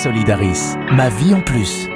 Solidaris, ma vie en plus.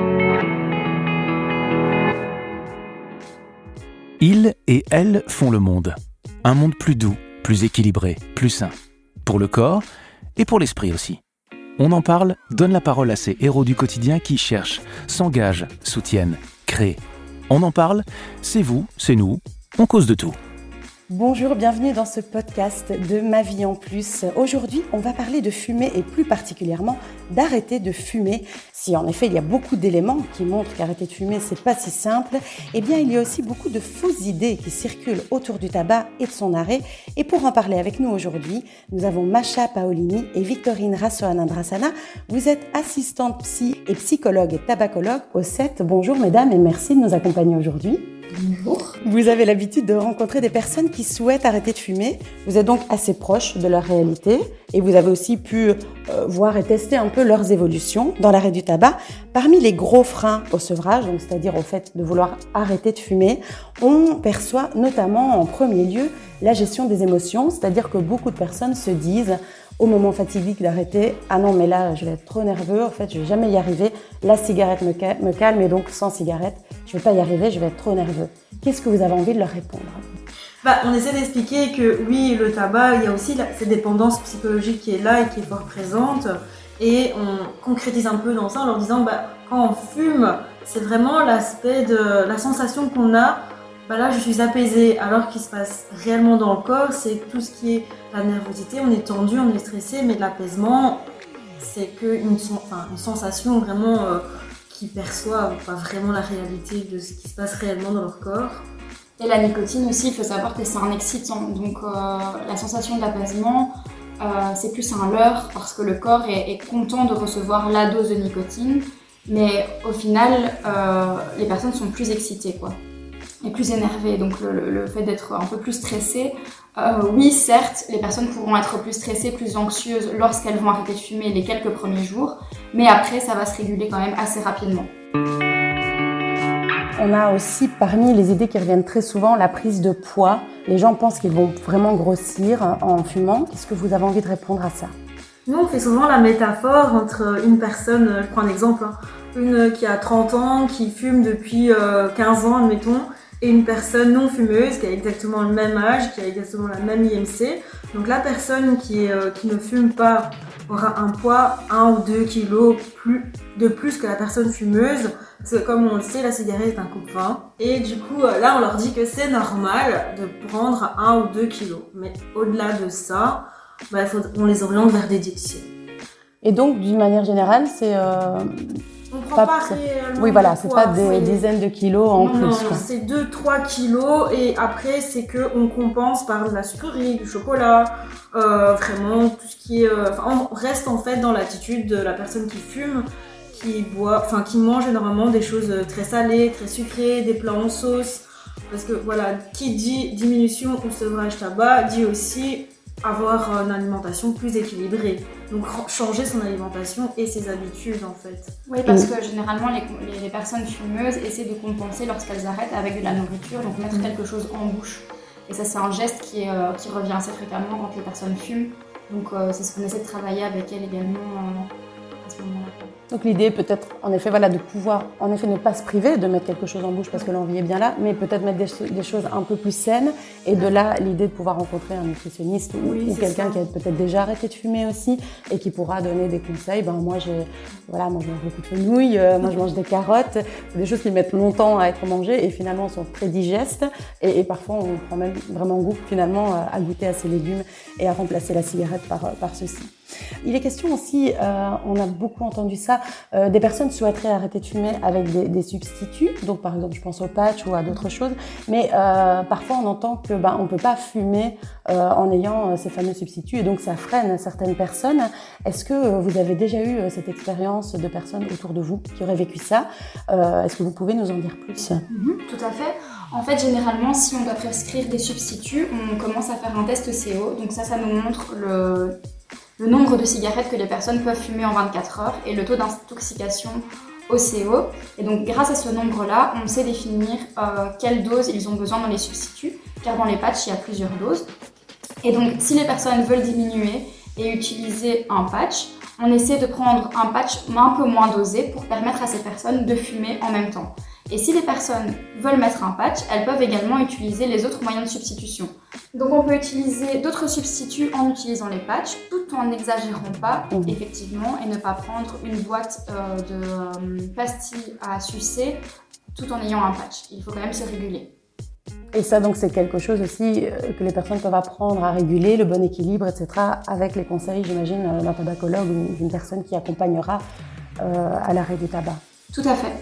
Ils et elles font le monde. Un monde plus doux, plus équilibré, plus sain. Pour le corps et pour l'esprit aussi. On en parle, donne la parole à ces héros du quotidien qui cherchent, s'engagent, soutiennent, créent. On en parle, c'est vous, c'est nous, on cause de tout. Bonjour, bienvenue dans ce podcast de Ma vie en plus. Aujourd'hui, on va parler de fumer et plus particulièrement d'arrêter de fumer. Si en effet il y a beaucoup d'éléments qui montrent qu'arrêter de fumer c'est pas si simple, eh bien il y a aussi beaucoup de fausses idées qui circulent autour du tabac et de son arrêt. Et pour en parler avec nous aujourd'hui, nous avons Masha Paolini et Victorine Rassoanandrasana. Vous êtes assistante psy et psychologue et tabacologue au CET. Bonjour mesdames et merci de nous accompagner aujourd'hui. Bonjour. Vous avez l'habitude de rencontrer des personnes qui souhaitent arrêter de fumer. Vous êtes donc assez proche de leur réalité et vous avez aussi pu voir et tester un peu leurs évolutions dans l'arrêt du tabac. Parmi les gros freins au sevrage, donc c'est-à-dire au fait de vouloir arrêter de fumer, on perçoit notamment en premier lieu la gestion des émotions, c'est-à-dire que beaucoup de personnes se disent au moment fatidique d'arrêter, ah non mais là je vais être trop nerveux, en fait je vais jamais y arriver, la cigarette me calme et donc sans cigarette je vais pas y arriver, je vais être trop nerveux. Qu'est-ce que vous avez envie de leur répondre ? On essaie d'expliquer que oui, le tabac, il y a aussi cette dépendance psychologique qui est là et qui est fort présente, et on concrétise un peu dans ça en leur disant quand on fume, c'est vraiment l'aspect de la sensation qu'on a. Là, je suis apaisée, alors qu'il se passe réellement dans le corps, c'est tout ce qui est la nervosité, on est tendu, on est stressé, mais de l'apaisement, c'est qu'une sensation vraiment qui perçoit pas vraiment la réalité de ce qui se passe réellement dans leur corps. Et la nicotine aussi, il faut savoir que c'est un excitant, donc la sensation d'apaisement, c'est plus un leurre parce que le corps est content de recevoir la dose de nicotine, mais au final, les personnes sont plus excitées, et plus énervées. Donc le fait d'être un peu plus stressé, oui certes, les personnes pourront être plus stressées, plus anxieuses lorsqu'elles vont arrêter de fumer les quelques premiers jours, mais après ça va se réguler quand même assez rapidement. On a aussi parmi les idées qui reviennent très souvent la prise de poids. Les gens pensent qu'ils vont vraiment grossir en fumant. Qu'est-ce que vous avez envie de répondre à ça ? Nous on fait souvent la métaphore entre une personne, je prends un exemple, une qui a 30 ans, qui fume depuis 15 ans admettons, et une personne non fumeuse qui a exactement le même âge, qui a exactement la même IMC. Donc la personne qui ne fume pas aura un poids 1 ou 2 kilos de plus que la personne fumeuse. Parce que comme on le sait, la cigarette est un coupe-faim. Et du coup, là on leur dit que c'est normal de prendre 1 ou 2 kilos. Mais au-delà de ça, on les oriente vers des diététiciens. Et donc d'une manière générale, c'est... On prend pas réellement. Oui, voilà, c'est pas des dizaines de kilos en plus. Non, c'est 2-3 kilos et après, c'est qu'on compense par de la sucrerie, du chocolat, vraiment tout ce qui est. On reste en fait dans l'attitude de la personne qui fume, qui mange énormément des choses très salées, très sucrées, des plats en sauce. Parce que voilà, qui dit diminution ou sevrage tabac dit aussi avoir une alimentation plus équilibrée. Donc changer son alimentation et ses habitudes en fait. Oui, parce que généralement les personnes fumeuses essaient de compenser lorsqu'elles arrêtent avec de la nourriture, donc mettre quelque chose en bouche. Et ça c'est un geste qui revient assez fréquemment quand les personnes fument. Donc c'est ce qu'on essaie de travailler avec elles également à ce moment-là. Donc l'idée peut-être en effet de pouvoir ne pas se priver de mettre quelque chose en bouche parce que l'envie est bien là, mais peut-être mettre des choses un peu plus saines, et de là l'idée de pouvoir rencontrer un nutritionniste ou quelqu'un qui a peut-être déjà arrêté de fumer aussi et qui pourra donner des conseils. Moi je mange beaucoup de fenouil, moi je mange des carottes, des choses qui mettent longtemps à être mangées et finalement sont très digestes, et parfois on prend même vraiment goût finalement à goûter à ces légumes et à remplacer la cigarette par ceci. Il est question aussi, on a beaucoup entendu ça, des personnes souhaiteraient arrêter de fumer avec des substituts, donc par exemple je pense au patch ou à d'autres choses, mais parfois on entend que on peut pas fumer en ayant ces fameux substituts et donc ça freine certaines personnes. Est-ce que vous avez déjà eu cette expérience de personnes autour de vous qui auraient vécu ça ? Est-ce que vous pouvez nous en dire plus ? Tout à fait. En fait, généralement, si on doit prescrire des substituts, on commence à faire un test CO, donc ça nous montre le nombre de cigarettes que les personnes peuvent fumer en 24 heures et le taux d'intoxication au CO. Et donc, grâce à ce nombre-là, on sait définir quelle dose ils ont besoin dans les substituts, car dans les patchs, il y a plusieurs doses. Et donc, si les personnes veulent diminuer et utiliser un patch, on essaie de prendre un patch un peu moins dosé pour permettre à ces personnes de fumer en même temps. Et si les personnes veulent mettre un patch, elles peuvent également utiliser les autres moyens de substitution. Donc on peut utiliser d'autres substituts en utilisant les patchs, tout en n'exagérant pas, effectivement, et ne pas prendre une boîte de pastilles à sucer tout en ayant un patch. Il faut quand même se réguler. Et ça, donc, c'est quelque chose aussi que les personnes peuvent apprendre à réguler, le bon équilibre, etc., avec les conseils, j'imagine, d'un tabacologue ou d'une personne qui accompagnera à l'arrêt du tabac. Tout à fait.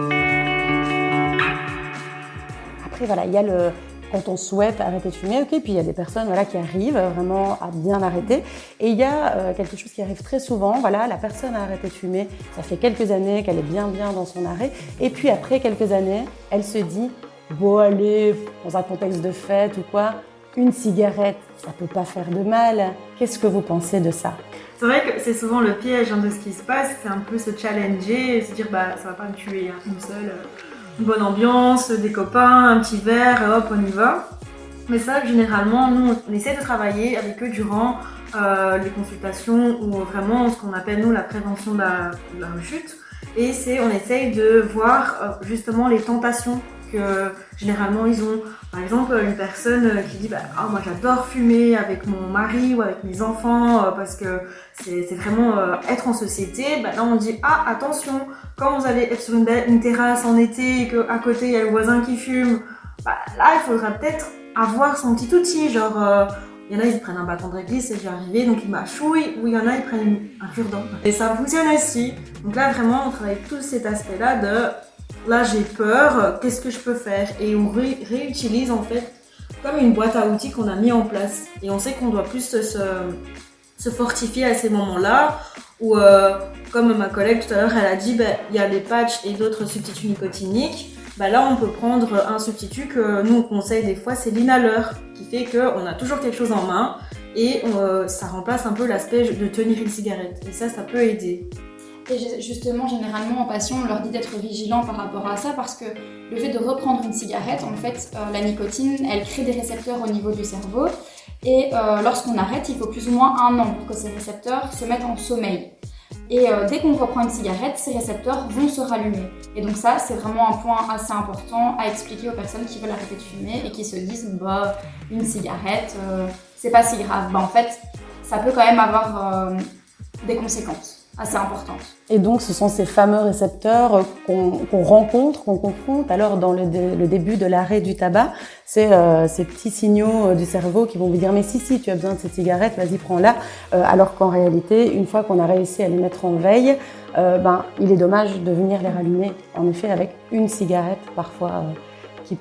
Après, voilà, il y a quand on souhaite arrêter de fumer, ok, puis il y a des personnes qui arrivent vraiment à bien arrêter. Et il y a quelque chose qui arrive très souvent, voilà, la personne a arrêté de fumer, ça fait quelques années qu'elle est bien dans son arrêt, et puis après quelques années, elle se dit, bon allez, dans un contexte de fête ou quoi, une cigarette, ça peut pas faire de mal. Qu'est-ce que vous pensez de ça? C'est vrai que c'est souvent le piège de ce qui se passe, c'est un peu se challenger, se dire ça va pas me tuer, une seule, une bonne ambiance, des copains, un petit verre, hop on y va. Mais ça, généralement, nous on essaie de travailler avec eux durant les consultations ou vraiment ce qu'on appelle nous la prévention de la rechute. Et on essaye de voir justement les tentations que généralement ils ont. Par exemple, une personne qui dit moi j'adore fumer avec mon mari ou avec mes enfants parce que c'est vraiment être en société. Là on dit attention, quand vous allez être sur une terrasse en été et qu'à côté il y a le voisin qui fume, là il faudra peut-être avoir son petit outil, genre il y en a ils prennent un bâton de réglisse, c'est déjà arrivé, donc ils mâchouillent, ou il y en a ils prennent un cure-dent. Et ça fonctionne aussi. Donc là vraiment on travaille tout cet aspect là de là j'ai peur, qu'est-ce que je peux faire? Et on réutilise en fait comme une boîte à outils qu'on a mis en place. Et on sait qu'on doit plus se fortifier à ces moments-là. Ou comme ma collègue tout à l'heure elle a dit, il y a les patchs et d'autres substituts nicotiniques. Là on peut prendre un substitut que nous on conseille des fois, c'est l'inhaleur, qui fait qu'on a toujours quelque chose en main et ça remplace un peu l'aspect de tenir une cigarette. Et ça peut aider. Et justement, généralement en passion, on leur dit d'être vigilants par rapport à ça parce que le fait de reprendre une cigarette, en fait, la nicotine, elle crée des récepteurs au niveau du cerveau et lorsqu'on arrête, il faut plus ou moins 1 an pour que ces récepteurs se mettent en sommeil. Et dès qu'on reprend une cigarette, ces récepteurs vont se rallumer. Et donc ça, c'est vraiment un point assez important à expliquer aux personnes qui veulent arrêter de fumer et qui se disent une cigarette, c'est pas si grave. En fait, ça peut quand même avoir des conséquences assez importantes. Et donc, ce sont ces fameux récepteurs qu'on rencontre, qu'on confronte alors dans le début de l'arrêt du tabac. C'est ces petits signaux du cerveau qui vont vous dire « mais si, tu as besoin de cette cigarette, vas-y, prends-la ». Alors qu'en réalité, une fois qu'on a réussi à les mettre en veille, il est dommage de venir les rallumer, en effet, avec une cigarette parfois qui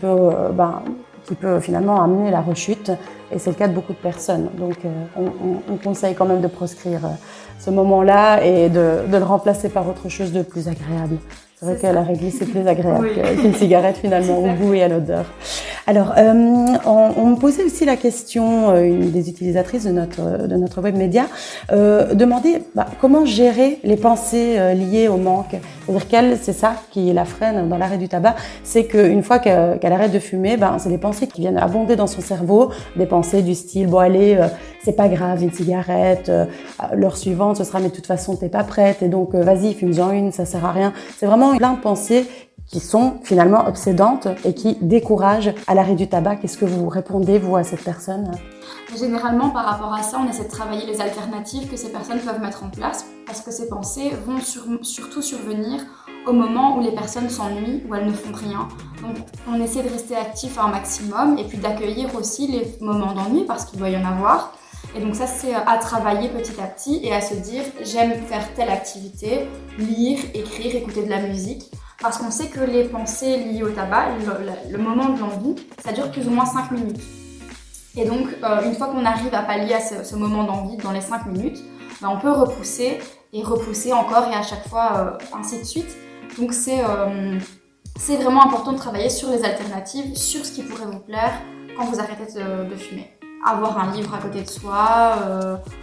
peut finalement amener la rechute. Et c'est le cas de beaucoup de personnes. Donc, on conseille quand même de proscrire ce moment-là et de le remplacer par autre chose de plus agréable. C'est vrai que la réglisse c'est plus agréable qu'une cigarette finalement au goût et à l'odeur. Alors, on me posait aussi la question, une des utilisatrices de notre web média, demandait comment gérer les pensées liées au manque. C'est-à-dire qu'elle, c'est ça qui la freine dans l'arrêt du tabac, c'est qu'une fois qu'elle arrête de fumer, c'est des pensées qui viennent abonder dans son cerveau, des pensées du style bon allez, c'est pas grave une cigarette, l'heure suivante ce sera mais de toute façon t'es pas prête et donc vas-y fume-en une, ça sert à rien. C'est vraiment plein de pensées qui sont finalement obsédantes et qui découragent à l'arrêt du tabac. Qu'est-ce que vous répondez, vous, à cette personne? Généralement, par rapport à ça, on essaie de travailler les alternatives que ces personnes peuvent mettre en place parce que ces pensées vont surtout survenir au moment où les personnes s'ennuient ou elles ne font rien. Donc, on essaie de rester actif un maximum et puis d'accueillir aussi les moments d'ennui parce qu'il doit y en avoir. Et donc ça, c'est à travailler petit à petit et à se dire « j'aime faire telle activité, lire, écrire, écouter de la musique ». Parce qu'on sait que les pensées liées au tabac, le moment de l'envie, ça dure plus ou moins 5 minutes. Et donc, une fois qu'on arrive à pallier à ce moment d'envie dans les 5 minutes, on peut repousser et repousser encore et à chaque fois, ainsi de suite. Donc, c'est vraiment important de travailler sur les alternatives, sur ce qui pourrait vous plaire quand vous arrêtez de fumer. Avoir un livre à côté de soi,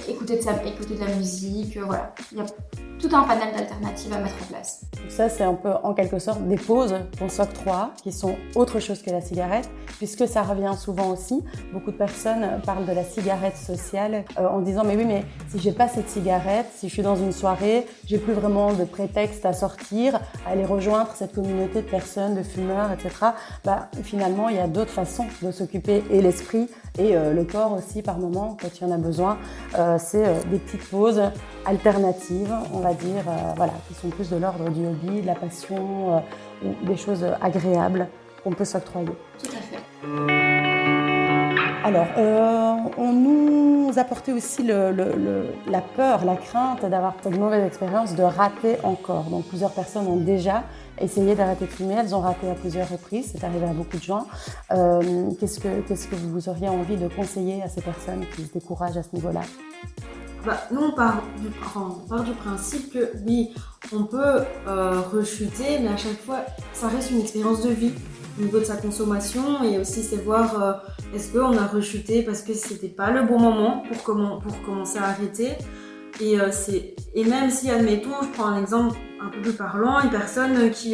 écouter de la musique, voilà. Il y a tout un panel d'alternatives à mettre en place. Donc ça, c'est un peu en quelque sorte des pauses qu'on s'octroie, qui sont autre chose que la cigarette, puisque ça revient souvent aussi. Beaucoup de personnes parlent de la cigarette sociale en disant mais oui, mais si j'ai pas cette cigarette, si je suis dans une soirée, j'ai plus vraiment de prétexte à sortir, à aller rejoindre cette communauté de personnes, de fumeurs, etc. Finalement, il y a d'autres façons de s'occuper et l'esprit et le corps aussi par moment quand il y en a besoin. C'est des petites pauses alternatives, on va dire, qui sont plus de l'ordre du hobby, de la passion, ou des choses agréables qu'on peut s'octroyer. Tout à fait. Alors, on nous apportait aussi la peur, la crainte d'avoir peut-être une mauvaise expérience, de rater encore. Donc, plusieurs personnes ont déjà essayé d'arrêter de fumer, elles ont raté à plusieurs reprises, c'est arrivé à beaucoup de gens. Qu'est-ce que vous auriez envie de conseiller à ces personnes qui se découragent à ce niveau-là ? Nous, on part du principe que oui, on peut rechuter, mais à chaque fois, ça reste une expérience de vie au niveau de sa consommation, et aussi c'est voir est-ce qu'on a rechuté parce que c'était pas le bon moment pour commencer à arrêter. Et même si, admettons, je prends un exemple un peu plus parlant, une personne qui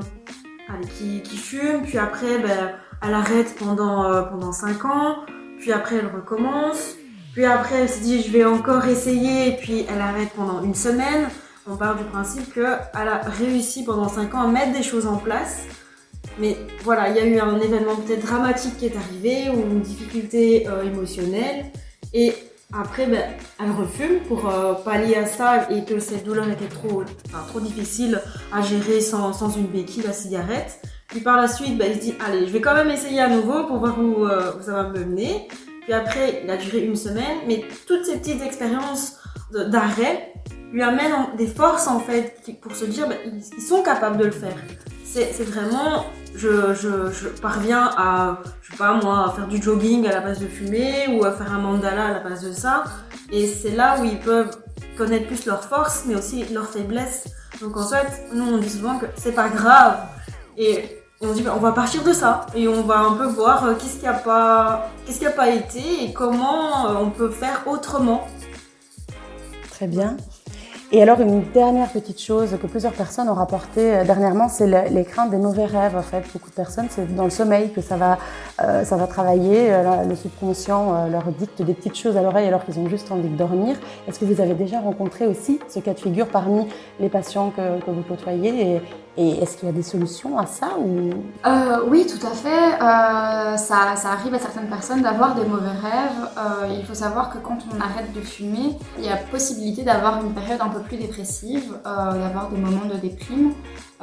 fume, puis après elle arrête pendant 5 ans, puis après elle recommence. Puis après, elle se dit, je vais encore essayer, et puis elle arrête pendant 1 semaine. On part du principe qu'elle a réussi pendant 5 ans à mettre des choses en place. Mais voilà, il y a eu un événement peut-être dramatique qui est arrivé, ou une difficulté émotionnelle. Et après, elle refume pour pallier à ça, et que cette douleur était trop difficile à gérer sans une béquille, la cigarette. Puis par la suite, il se dit, allez, je vais quand même essayer à nouveau pour voir où ça va me mener. Puis après, il a duré 1 semaine, mais toutes ces petites expériences d'arrêt lui amènent des forces en fait pour se dire ils sont capables de le faire. C'est vraiment, je parviens à, je sais pas moi, à faire du jogging à la place de fumer, ou à faire un mandala à la place de ça. Et c'est là où ils peuvent connaître plus leurs forces, mais aussi leurs faiblesses. Donc en fait, nous on dit souvent que c'est pas grave. Et on dit on va partir de ça et on va un peu voir qu'est-ce qui a pas été et comment on peut faire autrement. Très bien. Et alors une dernière petite chose que plusieurs personnes ont rapporté dernièrement, c'est les craintes des mauvais rêves. En fait, beaucoup de personnes, c'est dans le sommeil que ça va travailler. Le subconscient leur dicte des petites choses à l'oreille alors qu'ils ont juste envie de dormir. Est-ce que vous avez déjà rencontré aussi ce cas de figure parmi les patients que vous côtoyez et est-ce qu'il y a des solutions à ça ou... Oui, tout à fait. Ça arrive à certaines personnes d'avoir des mauvais rêves. Il faut savoir que quand on arrête de fumer, il y a possibilité d'avoir une période un peu plus dépressive, d'avoir des moments de déprime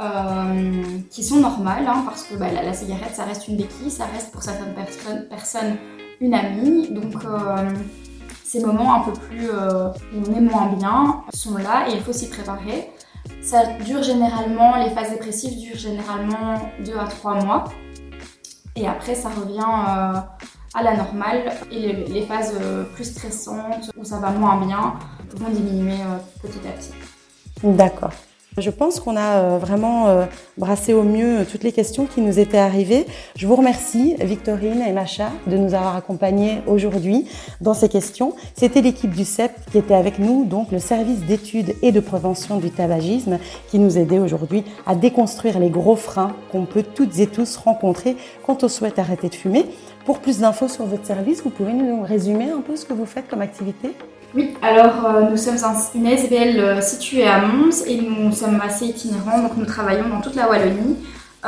qui sont normales, parce que la cigarette, ça reste une béquille, ça reste pour certaines personnes une amie. Donc ces moments un peu plus où on est moins bien sont là et il faut s'y préparer. Ça dure généralement, les phases dépressives durent généralement 2 à 3 mois. Et après, ça revient à la normale. Et les phases plus stressantes, où ça va moins bien, vont diminuer petit à petit. D'accord. Je pense qu'on a vraiment brassé au mieux toutes les questions qui nous étaient arrivées. Je vous remercie, Victorine et Macha, de nous avoir accompagnés aujourd'hui dans ces questions. C'était l'équipe du CEP qui était avec nous, donc le service d'études et de prévention du tabagisme, qui nous aidait aujourd'hui à déconstruire les gros freins qu'on peut toutes et tous rencontrer quand on souhaite arrêter de fumer. Pour plus d'infos sur votre service, vous pouvez nous résumer un peu ce que vous faites comme activité ? Oui, alors nous sommes une ASBL située à Mons et nous sommes assez itinérants, donc nous travaillons dans toute la Wallonie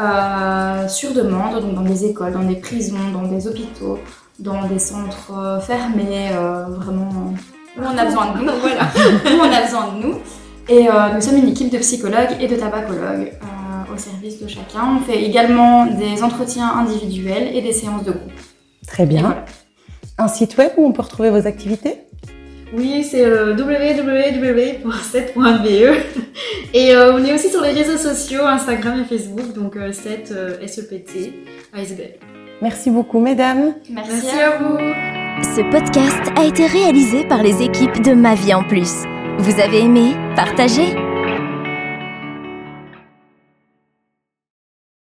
sur demande, donc dans des écoles, dans des prisons, dans des hôpitaux, dans des centres fermés, vraiment où on a besoin de nous, voilà, où on a besoin de nous. Et nous sommes une équipe de psychologues et de tabacologues au service de chacun. On fait également des entretiens individuels et des séances de groupe. Très bien. Voilà. Un site web où on peut retrouver vos activités ? Oui, c'est www.set.be et on est aussi sur les réseaux sociaux, Instagram et Facebook, donc 7 SEPT ASBL. Merci beaucoup mesdames. Merci à vous. Ce podcast a été réalisé par les équipes de Ma Vie en Plus. Vous avez aimé ? Partagez ?